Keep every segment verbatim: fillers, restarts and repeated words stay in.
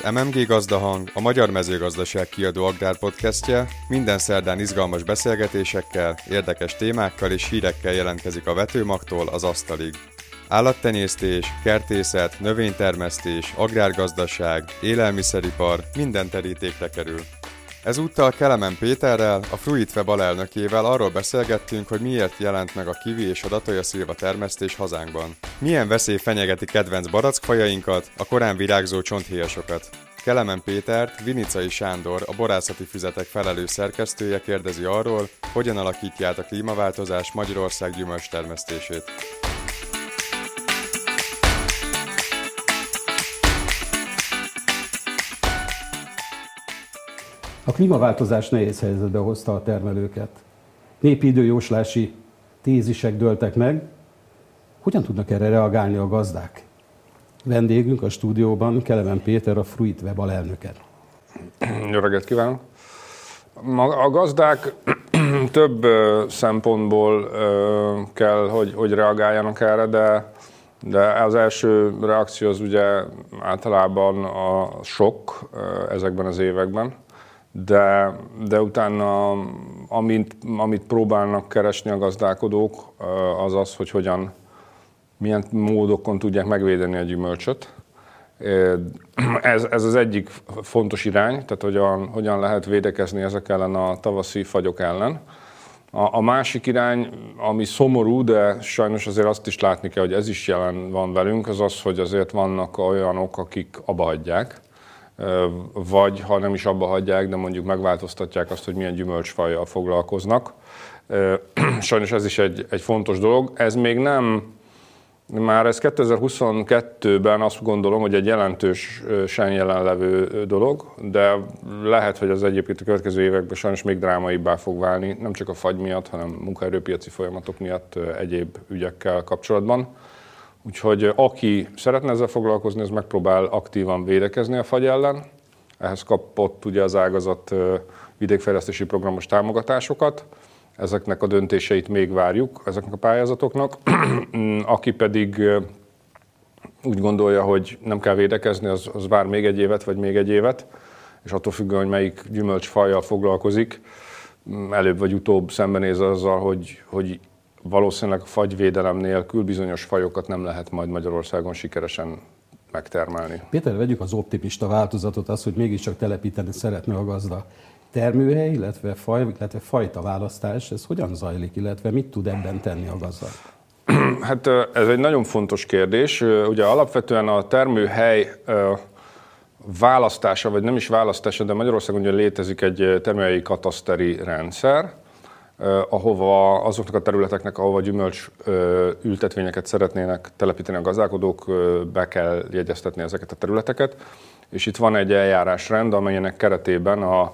em em gé Gazdahang, a Magyar Mezőgazdaság Kiadó agrárpodcastje. Minden szerdán izgalmas beszélgetésekkel, érdekes témákkal és hírekkel jelentkezik a vetőmagtól az asztalig. Állattenyésztés, kertészet, növénytermesztés, agrárgazdaság, élelmiszeripar, minden terítékre kerül. Ezúttal Kelemen Péterrel, a Fruitweb alelnökével arról beszélgettünk, hogy miért jelent meg a kivi és a datója szilva termesztés hazánkban. Milyen veszély fenyegeti kedvenc barackfajainkat, a korán virágzó csonthéjasokat. Kelemen Pétert Vinicai Sándor, a borászati füzetek felelős szerkesztője kérdezi arról, hogyan alakítja át a klímaváltozás Magyarország gyümölcstermesztését. A klímaváltozás nehéz helyzetbe hozta a termelőket. Népi időjóslási tézisek dőltek meg. Hogyan tudnak erre reagálni a gazdák? Vendégünk a stúdióban Kelemen Péter, a Fruitweb alelnöke. Jó reggelt kívánok! A gazdák több szempontból kell, hogy, hogy reagáljanak erre, de, de az első reakció az ugye általában a sok ezekben az években. De, de utána, amit, amit próbálnak keresni a gazdálkodók, az az, hogy hogyan, milyen módokon tudják megvédeni a gyümölcsöt. Ez, ez az egyik fontos irány, tehát hogyan, hogyan lehet védekezni ezek ellen a tavaszi fagyok ellen. A, a másik irány, ami szomorú, de sajnos azért azt is látni kell, hogy ez is jelen van velünk, az az, hogy azért vannak olyanok, akik abbahagyják. Vagy ha nem is abba hagyják, de mondjuk megváltoztatják azt, hogy milyen gyümölcsfajjal foglalkoznak. Sajnos ez is egy, egy fontos dolog. Ez még nem, már ez kétezer-huszonkettőben azt gondolom, hogy egy jelentősen jelenlevő dolog, de lehet, hogy az egyébként a következő években sajnos még drámaibbá fog válni, nem csak a fagy miatt, hanem munkaerőpiaci folyamatok miatt egyéb ügyekkel kapcsolatban. Úgyhogy aki szeretne ezzel foglalkozni, az megpróbál aktívan védekezni a fagy ellen. Ehhez kapott ugye az ágazat vidékfejlesztési programos támogatásokat. Ezeknek a döntéseit még várjuk, ezeknek a pályázatoknak. Aki pedig úgy gondolja, hogy nem kell védekezni, az, az vár még egy évet, vagy még egy évet, és attól függően, hogy melyik gyümölcsfajjal foglalkozik, előbb vagy utóbb szembenéz azzal, hogy, hogy valószínűleg a fagyvédelem nélkül bizonyos fajokat nem lehet majd Magyarországon sikeresen megtermelni. Péter, vegyük az optimista változatot, az, hogy mégiscsak telepíteni szeretne a gazda. Termőhely, illetve faj, illetve fajta választás, ez hogyan zajlik, illetve mit tud ebben tenni a gazda? Hát ez egy nagyon fontos kérdés. Ugye alapvetően a termőhely választása, vagy nem is választása, de Magyarországon ugye létezik egy termőhelyi kataszteri rendszer, ahova azoknak a területeknek, ahova gyümölcs ültetvényeket szeretnének telepíteni a gazdálkodók, be kell jegyeztetni ezeket a területeket. És itt van egy eljárásrend, amelyenek keretében a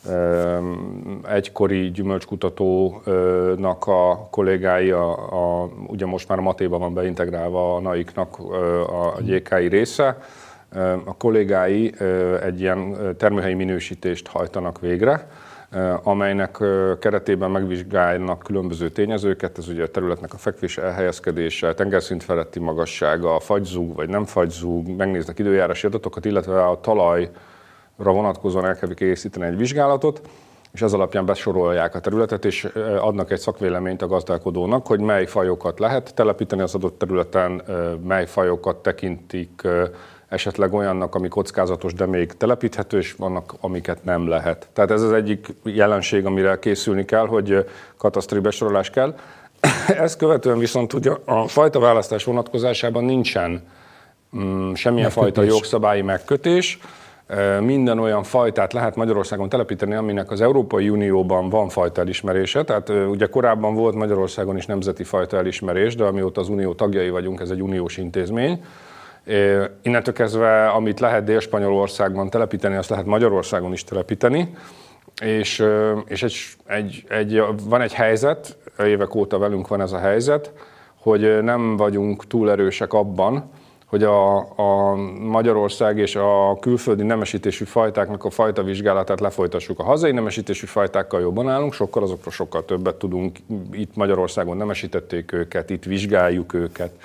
egykori gyümölcskutatónak a kollégái, a, a, ugye most már a Matéba van beintegrálva a naiknak a gé ká i része, a kollégái egy ilyen termőhelyi minősítést hajtanak végre, amelynek keretében megvizsgálnak különböző tényezőket, ez ugye a területnek a fekvés elhelyezkedése, tengerszint feletti magassága, fagyzúg vagy nem fagyzúg, megnéznek időjárási adatokat, illetve a talajra vonatkozóan el kell készíteni egy vizsgálatot, és ez alapján besorolják a területet, és adnak egy szakvéleményt a gazdálkodónak, hogy mely fajokat lehet telepíteni az adott területen, mely fajokat tekintik esetleg olyannak, ami kockázatos, de még telepíthető, és vannak, amiket nem lehet. Tehát ez az egyik jelenség, amire készülni kell, hogy kataszteri besorolás kell. Ezt követően viszont ugye a fajta választás vonatkozásában nincsen mm, semmilyen megkötés. Fajta jogszabályi megkötés. Minden olyan fajtát lehet Magyarországon telepíteni, aminek az Európai Unióban van fajta elismerése. Tehát ugye korábban volt Magyarországon is nemzeti fajta elismerés, de amióta az Unió tagjai vagyunk, ez egy uniós intézmény. Innentől kezdve, amit lehet Dél-Spanyolországban telepíteni, azt lehet Magyarországon is telepíteni, és, és egy, egy, egy, van egy helyzet, évek óta velünk van ez a helyzet, hogy nem vagyunk túl erősek abban, hogy a, a Magyarország és a külföldi nemesítésű fajtáknak a fajta vizsgálatát lefolytassuk. A hazai nemesítésű fajtákkal jobban állunk, sokkal azokról sokkal többet tudunk, itt Magyarországon nemesítették őket, itt vizsgáljuk őket.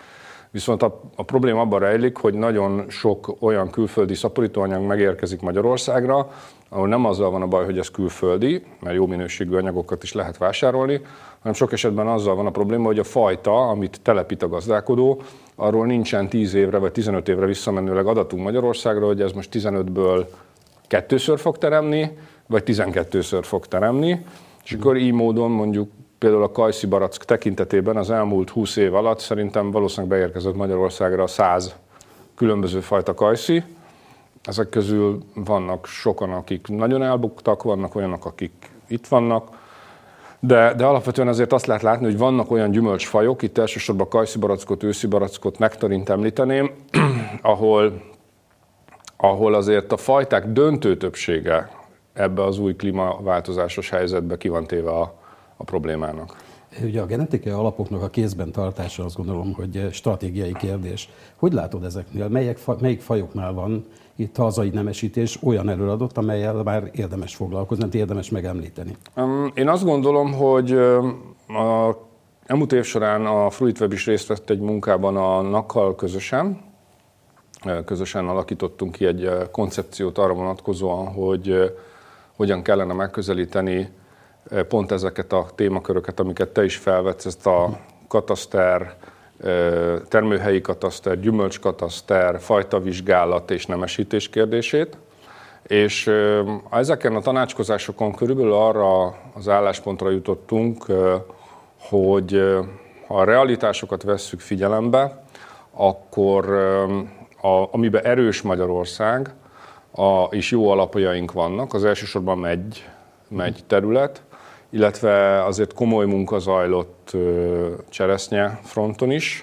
Viszont a, a probléma abban rejlik, hogy nagyon sok olyan külföldi szaporítóanyag megérkezik Magyarországra, ahol nem azzal van a baj, hogy ez külföldi, mert jó minőségű anyagokat is lehet vásárolni, hanem sok esetben azzal van a probléma, hogy a fajta, amit telepít a gazdálkodó, arról nincsen tíz évre vagy tizenöt évre visszamenőleg adatunk Magyarországra, hogy ez most tizenötből kettőször fog teremni, vagy tizenkettőször fog teremni, és akkor így módon mondjuk például a kajszi barack tekintetében az elmúlt húsz év alatt szerintem valószínűleg beérkezett Magyarországra száz különböző fajta kajszi. Ezek közül vannak sokan, akik nagyon elbuktak, vannak olyanok, akik itt vannak, de, de alapvetően azért azt lehet látni, hogy vannak olyan gyümölcsfajok, itt elsősorban a kajszi barackot, őszi barackot, nektarint említeném, ahol, ahol azért a fajták döntő többsége ebbe az új klímaváltozásos helyzetbe ki van téve a, a problémának. Ugye a genetikai alapoknak a kézben tartása azt gondolom, hogy stratégiai kérdés. Hogy látod ezeknél? Melyek, melyik fajoknál van itt hazai nemesítés olyan előadott, amellyel már érdemes foglalkozni, nem érdemes megemlíteni? Én azt gondolom, hogy a elmúlt év során a Fruitweb is részt vett egy munkában a nakkal közösen. Közösen alakítottunk ki egy koncepciót arra vonatkozóan, hogy hogyan kellene megközelíteni pont ezeket a témaköröket, amiket te is felvetsz, ezt a kataszter, termőhelyi kataszter, gyümölcskataszter, fajtavizsgálat és nemesítés kérdését. És ezeken a tanácskozásokon körülbelül arra az álláspontra jutottunk, hogy ha a realitásokat vesszük figyelembe, akkor a, amiben erős Magyarország, a, és jó alapjaink vannak, az elsősorban megy, megy terület, illetve azért komoly munka zajlott cseresznye fronton is,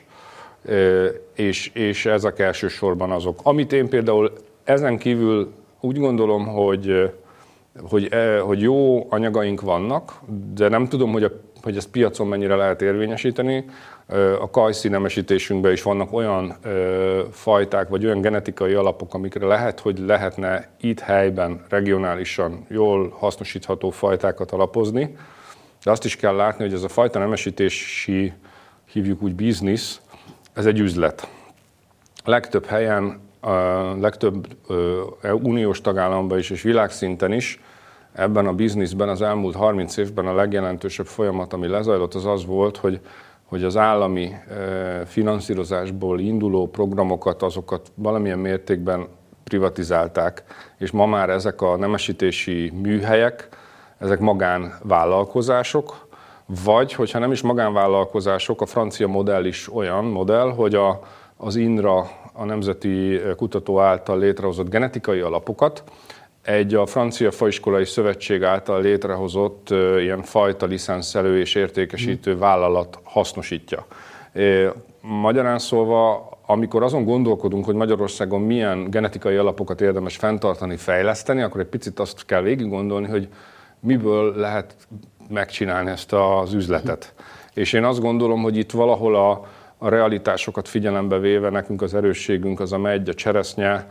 és, és ezek elsősorban azok. Amit én például ezen kívül úgy gondolom, hogy, hogy, hogy jó anyagaink vannak, de nem tudom, hogy, a, hogy ezt piacon mennyire lehet érvényesíteni. A kajszi nemesítésünkben is vannak olyan fajták, vagy olyan genetikai alapok, amikre lehet, hogy lehetne itt helyben, regionálisan jól hasznosítható fajtákat alapozni. De azt is kell látni, hogy ez a fajta nemesítési, hívjuk úgy biznisz, ez egy üzlet. A legtöbb helyen, a legtöbb uniós tagállamban is, és világszinten is ebben a bizniszben az elmúlt harminc évben a legjelentősebb folyamat, ami lezajlott, az az volt, hogy hogy az állami finanszírozásból induló programokat, azokat valamilyen mértékben privatizálták, és ma már ezek a nemesítési műhelyek, ezek magánvállalkozások, vagy, hogyha nem is magánvállalkozások, a francia modell is olyan modell, hogy a, az INRA, a Nemzeti Kutató által létrehozott genetikai alapokat egy a Francia Faiskolai Szövetség által létrehozott uh, ilyen fajta licenszelő és értékesítő vállalat hasznosítja. E, magyarán szólva, amikor azon gondolkodunk, hogy Magyarországon milyen genetikai alapokat érdemes fenntartani, fejleszteni, akkor egy picit azt kell végig gondolni, hogy miből lehet megcsinálni ezt az üzletet. És én azt gondolom, hogy itt valahol a, a realitásokat figyelembe véve nekünk az erősségünk az a megy, a cseresznye,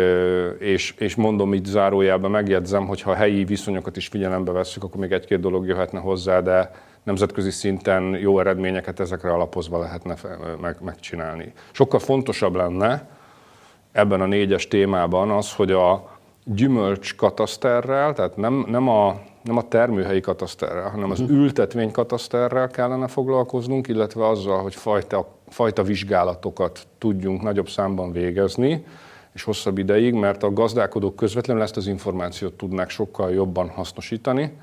És, és mondom itt zárójában, megjegyzem, hogy ha a helyi viszonyokat is figyelembe vesszük, akkor még egy-két dolog jöhetne hozzá, de nemzetközi szinten jó eredményeket ezekre alapozva lehetne meg, megcsinálni. Sokkal fontosabb lenne ebben a négyes témában az, hogy a gyümölcs kataszterrel, tehát nem, nem, a, nem a termőhelyi kataszterrel, hanem az ültetvény kataszterrel kellene foglalkoznunk, illetve azzal, hogy fajta, fajta vizsgálatokat tudjunk nagyobb számban végezni, és hosszabb ideig, mert a gazdálkodók közvetlenül ezt az információt tudnák sokkal jobban hasznosítani.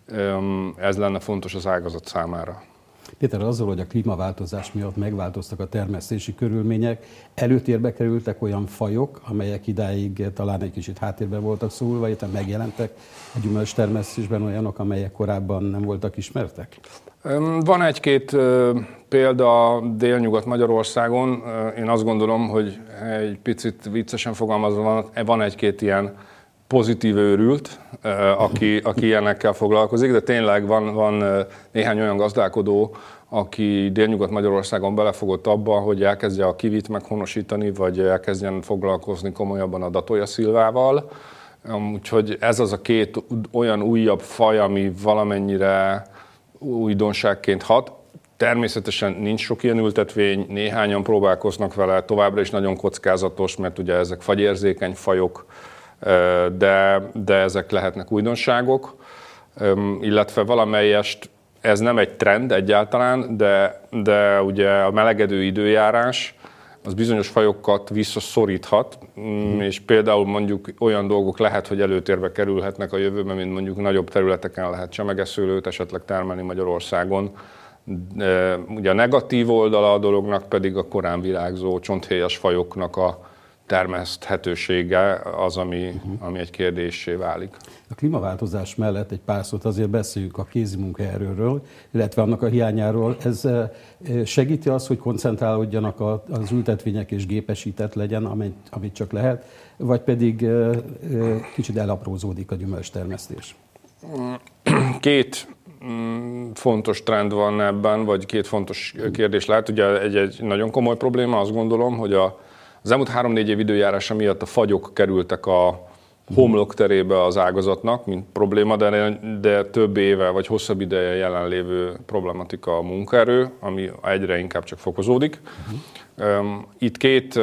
Ez lenne fontos az ágazat számára. Péter, azzal, hogy a klímaváltozás miatt megváltoztak a termesztési körülmények, előtérbe kerültek olyan fajok, amelyek idáig talán egy kicsit háttérben voltak szólva, illetve megjelentek a gyümölcstermesztésben olyanok, amelyek korábban nem voltak ismertek? Van egy-két példa Délnyugat-Magyarországon. Én azt gondolom, hogy egy picit viccesen fogalmazva van egy-két ilyen pozitív őrült, aki, aki ilyenekkel foglalkozik, de tényleg van, van néhány olyan gazdálkodó, aki Délnyugat-Magyarországon belefogott abba, hogy elkezdje a kivit meghonosítani, vagy elkezdjen foglalkozni komolyabban a datója szilvával. Úgyhogy ez az a két olyan újabb faj, ami valamennyire újdonságként hat. Természetesen nincs sok ilyen ültetvény, néhányan próbálkoznak vele, továbbra is nagyon kockázatos, mert ugye ezek fagyérzékeny fajok, de, de ezek lehetnek újdonságok, illetve valamelyest ez nem egy trend egyáltalán, de, de ugye a melegedő időjárás az bizonyos fajokat visszaszoríthat, mm. és például mondjuk olyan dolgok lehet, hogy előtérbe kerülhetnek a jövőben, mint mondjuk nagyobb területeken lehet csemegeszőlőt esetleg termelni Magyarországon. De ugye a negatív oldala a dolognak pedig a korán virágzó csonthéjas fajoknak a termeszthetősége az, ami, uh-huh. ami egy kérdéssé válik. A klímaváltozás mellett egy pár szót azért beszéljük a kézi munkaerőről, illetve annak a hiányáról. Ez segíti azt, hogy koncentrálódjanak az ültetvények és gépesített legyen, amit, amit csak lehet, vagy pedig kicsit elaprózódik a gyümölcstermesztés? Két fontos trend van ebben, vagy két fontos kérdés lehet. Ugye egy, egy nagyon komoly probléma, azt gondolom, hogy a Az elmúlt három-négy év időjárása miatt a fagyok kerültek a homlokterébe az ágazatnak, mint probléma, de, de több éve vagy hosszabb ideje jelenlévő problematika a munkaerő, ami egyre inkább csak fokozódik. Itt két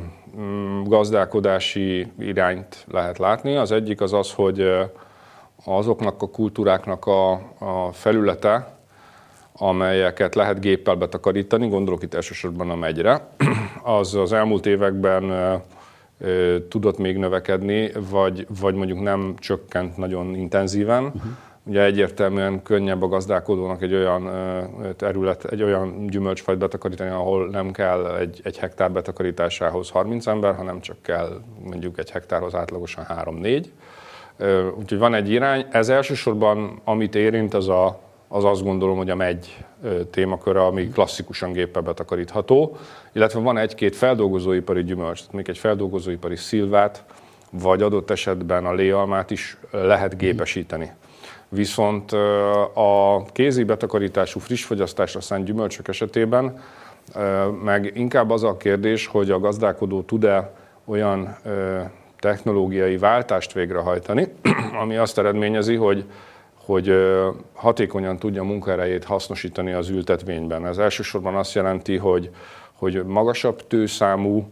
gazdálkodási irányt lehet látni. Az egyik az az, hogy azoknak a kultúráknak a, a felülete, amelyeket lehet géppel betakarítani, gondolok itt elsősorban a megyre, az az elmúlt években e, e, tudott még növekedni, vagy, vagy mondjuk nem csökkent nagyon intenzíven. Uh-huh. Ugye egyértelműen könnyebb a gazdálkodónak egy olyan terület, egy olyan gyümölcsfajt betakarítani, ahol nem kell egy, egy hektár betakarításához harminc ember, hanem csak kell mondjuk egy hektárhoz átlagosan három-négy. Úgyhogy van egy irány. Ez elsősorban, amit érint, az a az azt gondolom, hogy a megy témaköre, ami klasszikusan géppel betakarítható, illetve van egy-két feldolgozóipari gyümölcs, még egy feldolgozóipari szilvát, vagy adott esetben a léalmát is lehet gépesíteni. Viszont a kézi betakarítású friss fogyasztásra szánt gyümölcsök esetében meg inkább az a kérdés, hogy a gazdálkodó tud-e olyan technológiai váltást végrehajtani, ami azt eredményezi, hogy hogy hatékonyan tudja a munkaerejét hasznosítani az ültetvényben. Ez elsősorban azt jelenti, hogy, hogy magasabb tőszámú,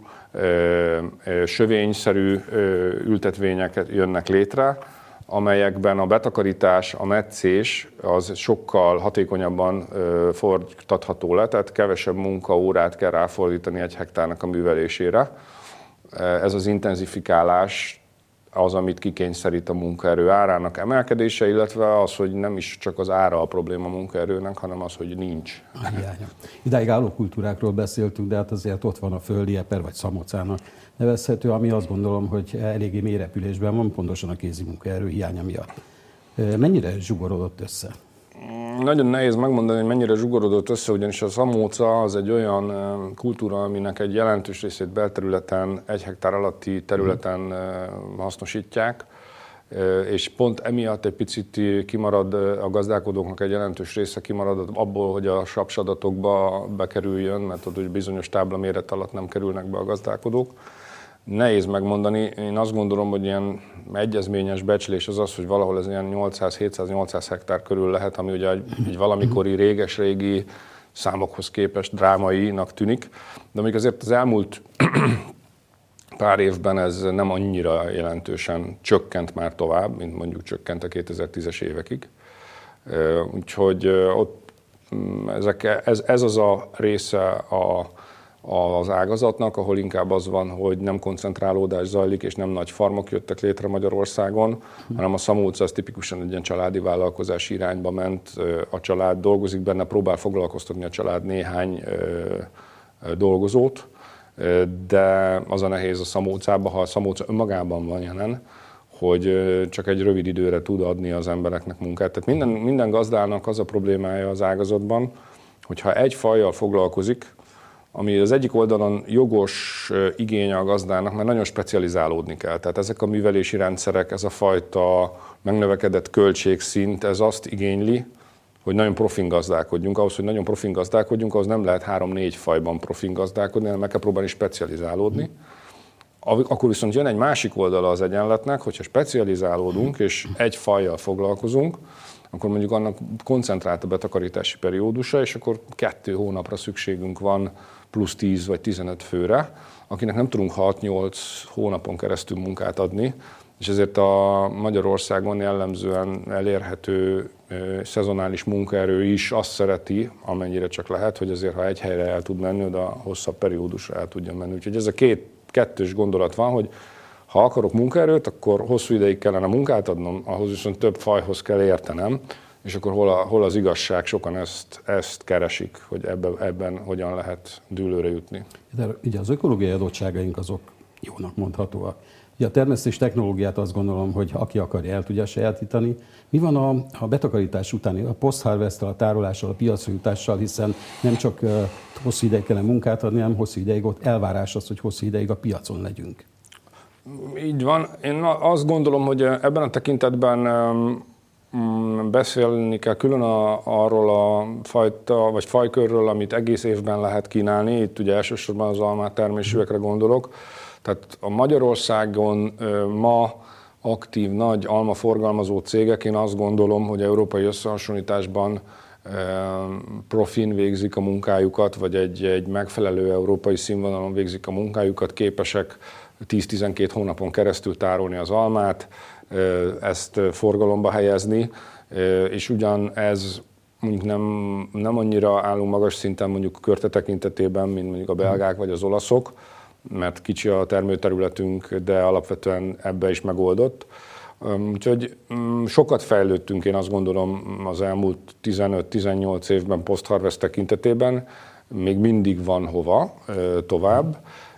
sövényszerű ültetvények jönnek létre, amelyekben a betakarítás, a metszés az sokkal hatékonyabban fordítható le, tehát kevesebb munkaórát kell ráfordítani egy hektárnak a művelésére. Ez az intenzifikálás az, amit kikényszerít a munkaerő árának emelkedése, illetve az, hogy nem is csak az ára a probléma a munkaerőnek, hanem az, hogy nincs. Idáig állókultúrákról beszéltünk, de hát azért ott van a földi eper, vagy szamocának nevezhető, ami azt gondolom, hogy eléggé mély repülésben van, pontosan a kézi munkaerő hiánya miatt. Mennyire zsugorodott össze? Nagyon nehéz megmondani, hogy mennyire zsugorodott össze, ugyanis a szamóca az egy olyan kultúra, aminek egy jelentős részét belterületen, egy hektár alatti területen hasznosítják, és pont emiatt egy picit kimarad a gazdálkodóknak egy jelentős része kimarad abból, hogy a SAPS adatokba bekerüljön, mert ott bizonyos táblaméret alatt nem kerülnek be a gazdálkodók. Nehéz megmondani. Én azt gondolom, hogy ilyen egyezményes becslés az az, hogy valahol ez ilyen nyolcszáz-hétszáz-nyolcszáz hektár körül lehet, ami ugye egy valamikori réges-régi számokhoz képest drámainak tűnik. De még azért az elmúlt pár évben ez nem annyira jelentősen csökkent már tovább, mint mondjuk csökkent a kétezer-tízes évekig. Úgyhogy ott ezek, ez, ez az a része a az ágazatnak, ahol inkább az van, hogy nem koncentrálódás zajlik, és nem nagy farmok jöttek létre Magyarországon, hanem a szamóca az tipikusan egy ilyen családi vállalkozás irányba ment, a család dolgozik benne, próbál foglalkoztatni a család néhány dolgozót, de az a nehéz a szamócában, ha a szamóca önmagában van jelen, hogy csak egy rövid időre tud adni az embereknek munkát. Tehát minden, minden gazdának az a problémája az ágazatban, hogyha egy fajjal foglalkozik, ami az egyik oldalon jogos igénye a gazdának, mert nagyon specializálódni kell. Tehát ezek a művelési rendszerek, ez a fajta megnövekedett költségszint, ez azt igényli, hogy nagyon profin gazdálkodjunk. Ahhoz, hogy nagyon profin gazdálkodjunk, ahhoz nem lehet három-négy fajban profin gazdálkodni, hanem meg kell próbálni specializálódni. Akkor viszont jön egy másik oldala az egyenletnek, hogyha specializálódunk és egy fajjal foglalkozunk, akkor mondjuk annak koncentrált a betakarítási periódusa, és akkor kettő hónapra szükségünk van plusz tíz vagy tizenöt főre, akinek nem tudunk hat-nyolc hónapon keresztül munkát adni, és ezért a Magyarországon jellemzően elérhető szezonális munkaerő is azt szereti, amennyire csak lehet, hogy azért, ha egy helyre el tud menni, de a hosszabb periódusra el tudjon menni. Úgyhogy ez a két kettős gondolat van, hogy ha akarok munkaerőt, akkor hosszú ideig kellene munkát adnom, ahhoz viszont több fajhoz kell értenem, és akkor hol, a, hol az igazság, sokan ezt, ezt keresik, hogy ebben, ebben hogyan lehet dűlőre jutni. De ugye az ökológiai adottságaink azok jónak mondhatóak. Ugye a termesztés technológiát azt gondolom, hogy aki akarja, el tudja sajátítani. Mi van a, a betakarítás utáni, a post-harvesttel, a tárolással, a piacra jutással, hiszen nem csak uh, hosszú ideig kellene munkát adni, hanem hosszú ideig ott elvárás az, hogy hosszú ideig a piacon legyünk. Így van. Én azt gondolom, hogy ebben a tekintetben um, beszélni kell külön a, arról a fajta, vagy fajkörről, amit egész évben lehet kínálni. Itt ugye elsősorban az almát termésűekre gondolok. Tehát a Magyarországon ma aktív nagy almaforgalmazó cégek, én azt gondolom, hogy európai összehasonlításban profin végzik a munkájukat, vagy egy, egy megfelelő európai színvonalon végzik a munkájukat, képesek tíz-tizenkét hónapon keresztül tárolni az almát, ezt forgalomba helyezni, és ugyan ez mondjuk nem, nem annyira állunk magas szinten mondjuk körte tekintetében, mint mondjuk a belgák vagy az olaszok, mert kicsi a termőterületünk, de alapvetően ebbe is megoldott. Úgyhogy sokat fejlődtünk, én azt gondolom, az elmúlt tizenöt-tizennyolc évben post-harvest tekintetében. Még mindig van hova tovább,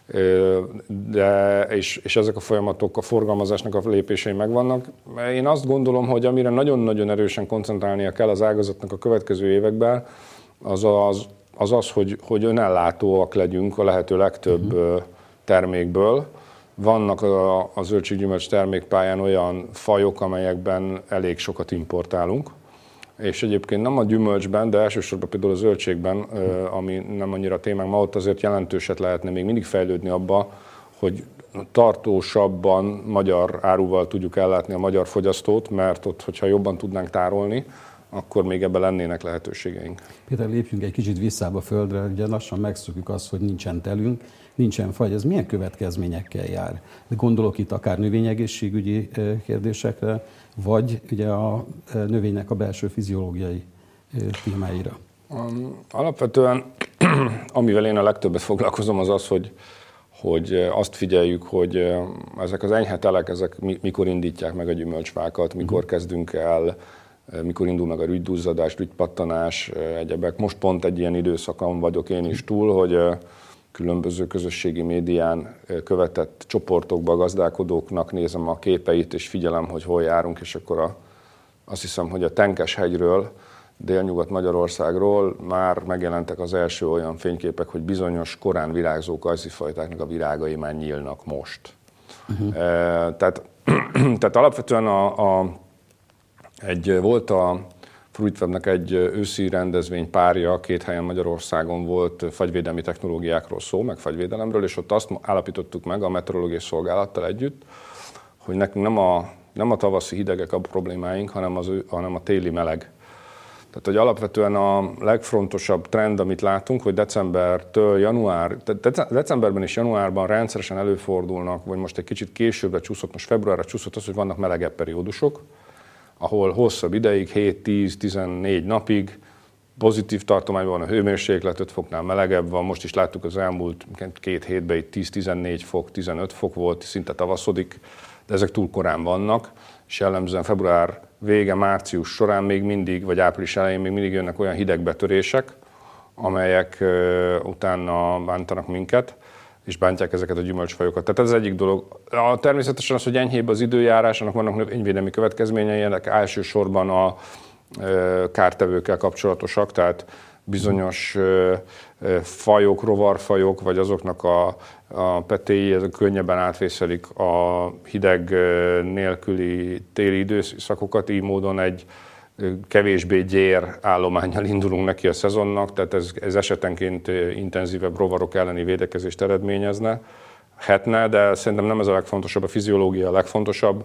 de, és, és ezek a folyamatok, a forgalmazásnak a lépései megvannak. Én azt gondolom, hogy amire nagyon-nagyon erősen koncentrálnia kell az ágazatnak a következő években, az az, az, az hogy, hogy önellátóak legyünk a lehető legtöbb uh-huh. termékből. Vannak a, a zöldséggyümölcs termékpályán olyan fajok, amelyekben elég sokat importálunk, és egyébként nem a gyümölcsben, de elsősorban például a zöldségben, ami nem annyira témánk ma, ott azért jelentőset lehetne még mindig fejlődni abba, hogy tartósabban magyar áruval tudjuk ellátni a magyar fogyasztót, mert ott, hogyha jobban tudnánk tárolni, akkor még ebben lennének lehetőségeink. Péter, lépjünk egy kicsit visszább a földre, ugye lassan megszokjuk azt, hogy nincsen telünk, nincsen fagy. Ez milyen következményekkel jár? Gondolok itt akár növényegészségügyi kérdésekre, vagy ugye a növénynek a belső fiziológiai témáira. Alapvetően, amivel én a legtöbbet foglalkozom, az az, hogy, hogy azt figyeljük, hogy ezek az enyhe telek, ezek mikor indítják meg a gyümölcsfákat, mikor uh-huh. kezdünk el, mikor indul meg a rügyduzzadás, rügypattanás, egyebek. Most pont egy ilyen időszakon vagyok én is túl, hogy különböző közösségi médián követett csoportokba, gazdálkodóknak nézem a képeit, és figyelem, hogy hol járunk, és akkor a, azt hiszem, hogy a Tenkeshegyről, délnyugat Magyarországról már megjelentek az első olyan fényképek, hogy bizonyos korán virágzó kajszifajtáknak a virágai már nyílnak most. Uh-huh. E, tehát, tehát alapvetően a, a, egy, volt a Fruitwebnek egy őszi rendezvény párja, két helyen Magyarországon volt fagyvédelmi technológiákról szó, meg fagyvédelemről, és ott azt állapítottuk meg a meteorológiai szolgálattal együtt, hogy nekünk nem a, nem a tavaszi hidegek a problémáink, hanem, az, hanem a téli meleg. Tehát, hogy alapvetően a legfontosabb trend, amit látunk, hogy decembertől január, decemberben és januárban rendszeresen előfordulnak, vagy most egy kicsit későbbre csúszott, most februárra csúszott az, hogy vannak melegebb periódusok, ahol hosszabb ideig, hét-tíz-tizennégy napig pozitív tartományban van a hőmérséklet, öt foknál melegebb van, most is láttuk az elmúlt két hétben itt tíz-tizennégy fok, tizenöt fok volt, szinte tavaszodik, de ezek túl korán vannak, és jellemzően február vége, március során még mindig, vagy április elején még mindig jönnek olyan hidegbetörések, amelyek uh, utána bántanak minket, és bántják ezeket a gyümölcsfajokat. Tehát ez az egyik dolog. A, természetesen az, hogy enyhébb az időjárás, annak vannak növényvédelmi következményei, ennek elsősorban a e, kártevőkkel kapcsolatosak, tehát bizonyos e, fajok, rovarfajok, vagy azoknak a, a petéi, ezek könnyebben átvészelik a hideg nélküli téli időszakokat, így módon egy kevésbé gyér állománnyal indulunk neki a szezonnak, tehát ez, ez esetenként intenzívebb rovarok elleni védekezést eredményezne, hetne, de szerintem nem ez a legfontosabb, a fiziológia a legfontosabb.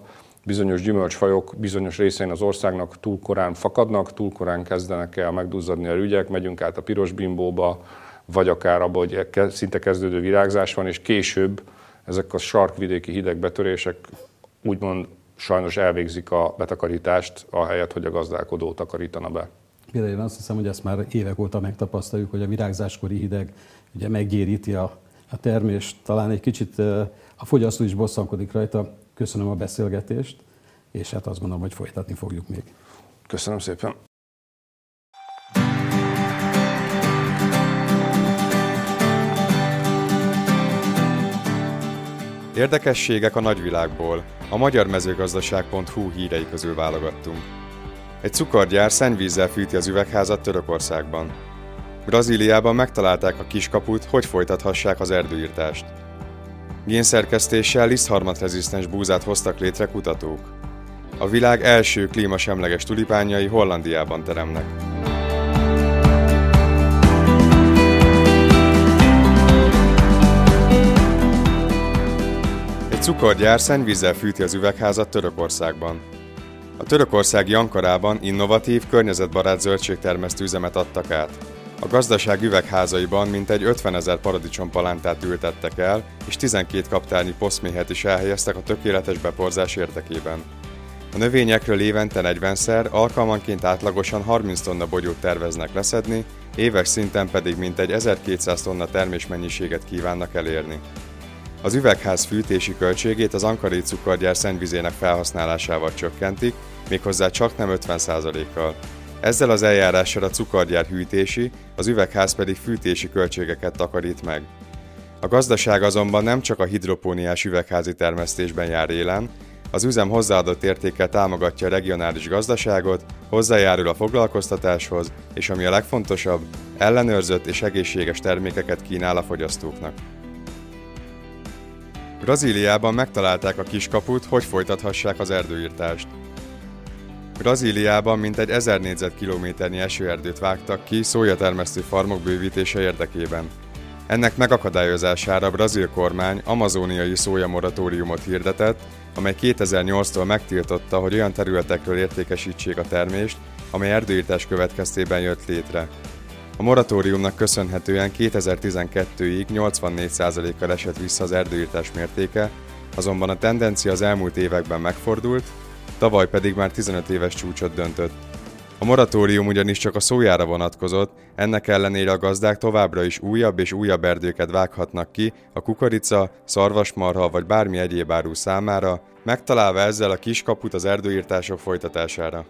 bizonyos gyümölcsfajok bizonyos részein az országnak túl korán fakadnak, túl korán kezdenek el megduzzadni a rügyek, megyünk át a piros bimbóba, vagy akár abba, hogy szinte kezdődő virágzás van, és később ezek a sarkvidéki hidegbetörések úgymond sajnos elvégzik a betakarítást, ahelyett, hogy a gazdálkodó takarítana be. Például én azt hiszem, hogy ezt már évek óta megtapasztaljuk, hogy a virágzáskori hideg ugye meggyéríti a, a termést, talán egy kicsit a fogyasztó is bosszankodik rajta. Köszönöm a beszélgetést, és hát azt gondolom, hogy folytatni fogjuk még. Köszönöm szépen. Érdekességek a nagyvilágból. A magyar mezőgazdaság pont hu hírei közül válogattunk. Egy cukorgyár szennyvízzel fűti az üvegházat Törökországban. Brazíliában megtalálták a kiskaput, hogy folytathassák az erdőirtást. Génszerkesztéssel lisztharmadrezisztens búzát hoztak létre kutatók. A világ első klímasemleges tulipánjai Hollandiában teremnek. Egy cukorgyár szennyvízzel fűti az üvegházat Törökországban. A törökországi Ankarában innovatív, környezetbarát zöldségtermesztő üzemet adtak át. A gazdaság üvegházaiban mintegy ötvenezer paradicsompalántát ültettek el, és tizenkét kaptárnyi poszméhet is elhelyeztek a tökéletes beporzás érdekében. A növényekről évente negyvenszer, alkalmanként átlagosan harminc tonna bogyót terveznek leszedni, éves szinten pedig mintegy ezerkétszáz tonna termésmennyiséget kívánnak elérni. Az üvegház fűtési költségét az ankarai cukorgyár szennyvizének felhasználásával csökkentik, méghozzá csaknem ötven százalékkal. Ezzel az eljárással a cukorgyár hűtési, az üvegház pedig fűtési költségeket takarít meg. A gazdaság azonban nem csak a hidropóniás üvegházi termesztésben jár élen, az üzem hozzáadott értékkel támogatja a regionális gazdaságot, hozzájárul a foglalkoztatáshoz, és ami a legfontosabb, ellenőrzött és egészséges termékeket kínál a fogyasztóknak. Brazíliában megtalálták a kiskaput, hogy folytathassák az erdőirtást. Brazíliában mintegy ezer négyzetkilométernyi esőerdőt vágtak ki szójatermesztő farmok bővítése érdekében. Ennek megakadályozására a brazil kormány amazóniai szójamoratóriumot hirdetett, amely kétezer-nyolctól megtiltotta, hogy olyan területekről értékesítsék a termést, amely erdőirtás következtében jött létre. A moratóriumnak köszönhetően kétezer-tizenkettőig nyolcvannégy százalékkal esett vissza az erdőirtás mértéke, azonban a tendencia az elmúlt években megfordult, tavaly pedig már tizenöt éves csúcsot döntött. A moratórium ugyanis csak a szójára vonatkozott, ennek ellenére a gazdák továbbra is újabb és újabb erdőket vághatnak ki a kukorica, szarvasmarha vagy bármi egyéb áru számára, megtalálva ezzel a kiskaput az erdőirtások folytatására.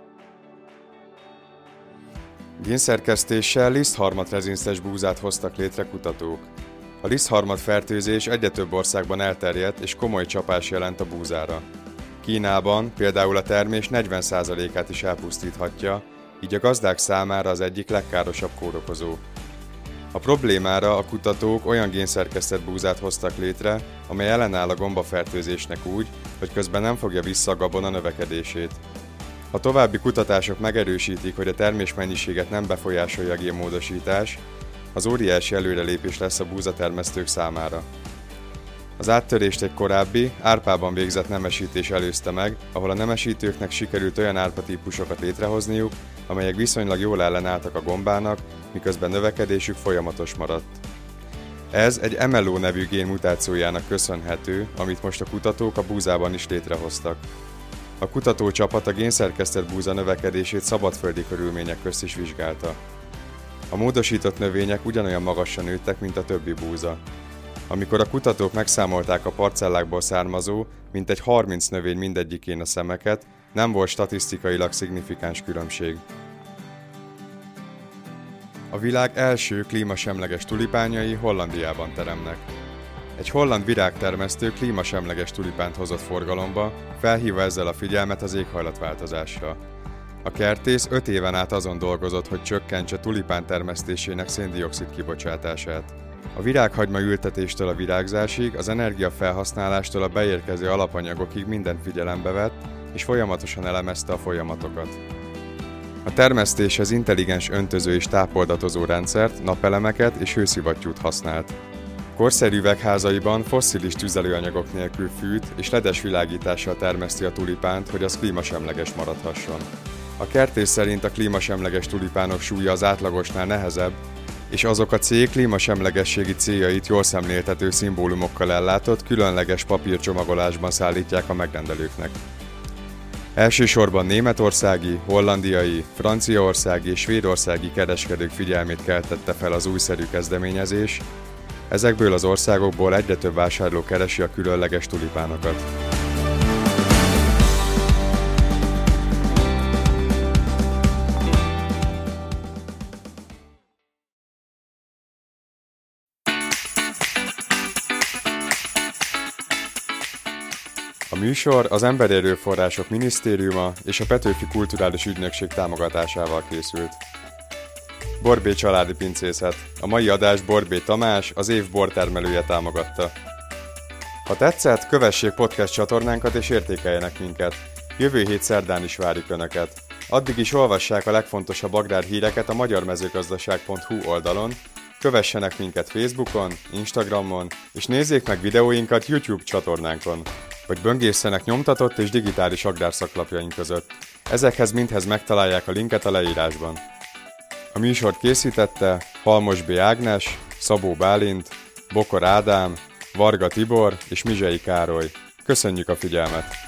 Génszerkesztéssel lisztharmadrezisztens búzát hoztak létre kutatók. A lisztharmad fertőzés egyre több országban elterjedt és komoly csapás jelent a búzára. Kínában például a termés negyven százalékát is elpusztíthatja, így a gazdák számára az egyik legkárosabb kórokozó. A problémára a kutatók olyan génszerkesztett búzát hoztak létre, amely ellenáll a gombafertőzésnek úgy, hogy közben nem fogja vissza a gabona növekedését. A további kutatások megerősítik, hogy a termésmennyiséget nem befolyásolja a génmódosítás, az óriási előrelépés lesz a búzatermesztők számára. Az áttörést egy korábbi, árpában végzett nemesítés előzte meg, ahol a nemesítőknek sikerült olyan árpatípusokat létrehozniuk, amelyek viszonylag jól ellenálltak a gombának, miközben növekedésük folyamatos maradt. Ez egy em el o nevű gén mutációjának köszönhető, amit most a kutatók a búzában is létrehoztak. A kutatócsapat a génszerkesztett búza növekedését szabadföldi körülmények közt is vizsgálta. A módosított növények ugyanolyan magasra nőttek, mint a többi búza. Amikor a kutatók megszámolták a parcellákból származó, mintegy harminc növény mindegyikén a szemeket, nem volt statisztikailag szignifikáns különbség. A világ első klímasemleges tulipánjai Hollandiában teremnek. Egy holland virágtermesztő klímasemleges tulipánt hozott forgalomba, felhívva ezzel a figyelmet az éghajlatváltozásra. A kertész öt éven át azon dolgozott, hogy csökkentse tulipán termesztésének szén-dioxid kibocsátását. A virághagyma ültetéstől a virágzásig, az energiafelhasználástól a beérkező alapanyagokig mindent figyelembe vett, és folyamatosan elemezte a folyamatokat. A termesztéshez intelligens öntöző és tápoldatozó rendszert, napelemeket és hőszivattyút használt. Korszerű üvegházaiban fosszilis tüzelőanyagok nélkül fűt és ledes világítással termeszti a tulipánt, hogy az klímasemleges maradhasson. A kertész szerint a klímasemleges tulipánok súlya az átlagosnál nehezebb, és azok a cég klímasemlegességi céljait jól szemléltető szimbólumokkal ellátott, különleges papírcsomagolásban szállítják a megrendelőknek. Elsősorban németországi, hollandiai, franciaországi és svédországi kereskedők figyelmét keltette fel az újszerű kezdeményezés. Ezekből az országokból egyre több vásárló keresi a különleges tulipánokat. A műsor az Emberi Erőforrások Minisztériuma és a Petőfi Kulturális Ügynökség támogatásával készült. Borbély családi pincészet. A mai adást Borbély Tamás, az év bortermelője támogatta. Ha tetszett, kövessék podcast csatornánkat és értékeljenek minket. Jövő hét szerdán is várjuk Önöket. Addig is olvassák a legfontosabb agrárhíreket a magyarmezőgazdaság pont hu oldalon, kövessenek minket Facebookon, Instagramon, és nézzék meg videóinkat YouTube csatornánkon, vagy böngésszenek nyomtatott és digitális agrárszaklapjaink között. Ezekhez mindhez megtalálják a linket a leírásban. A műsort készítette Halmos B. Ágnes, Szabó Bálint, Bokor Ádám, Varga Tibor és Mizsei Károly. Köszönjük a figyelmet!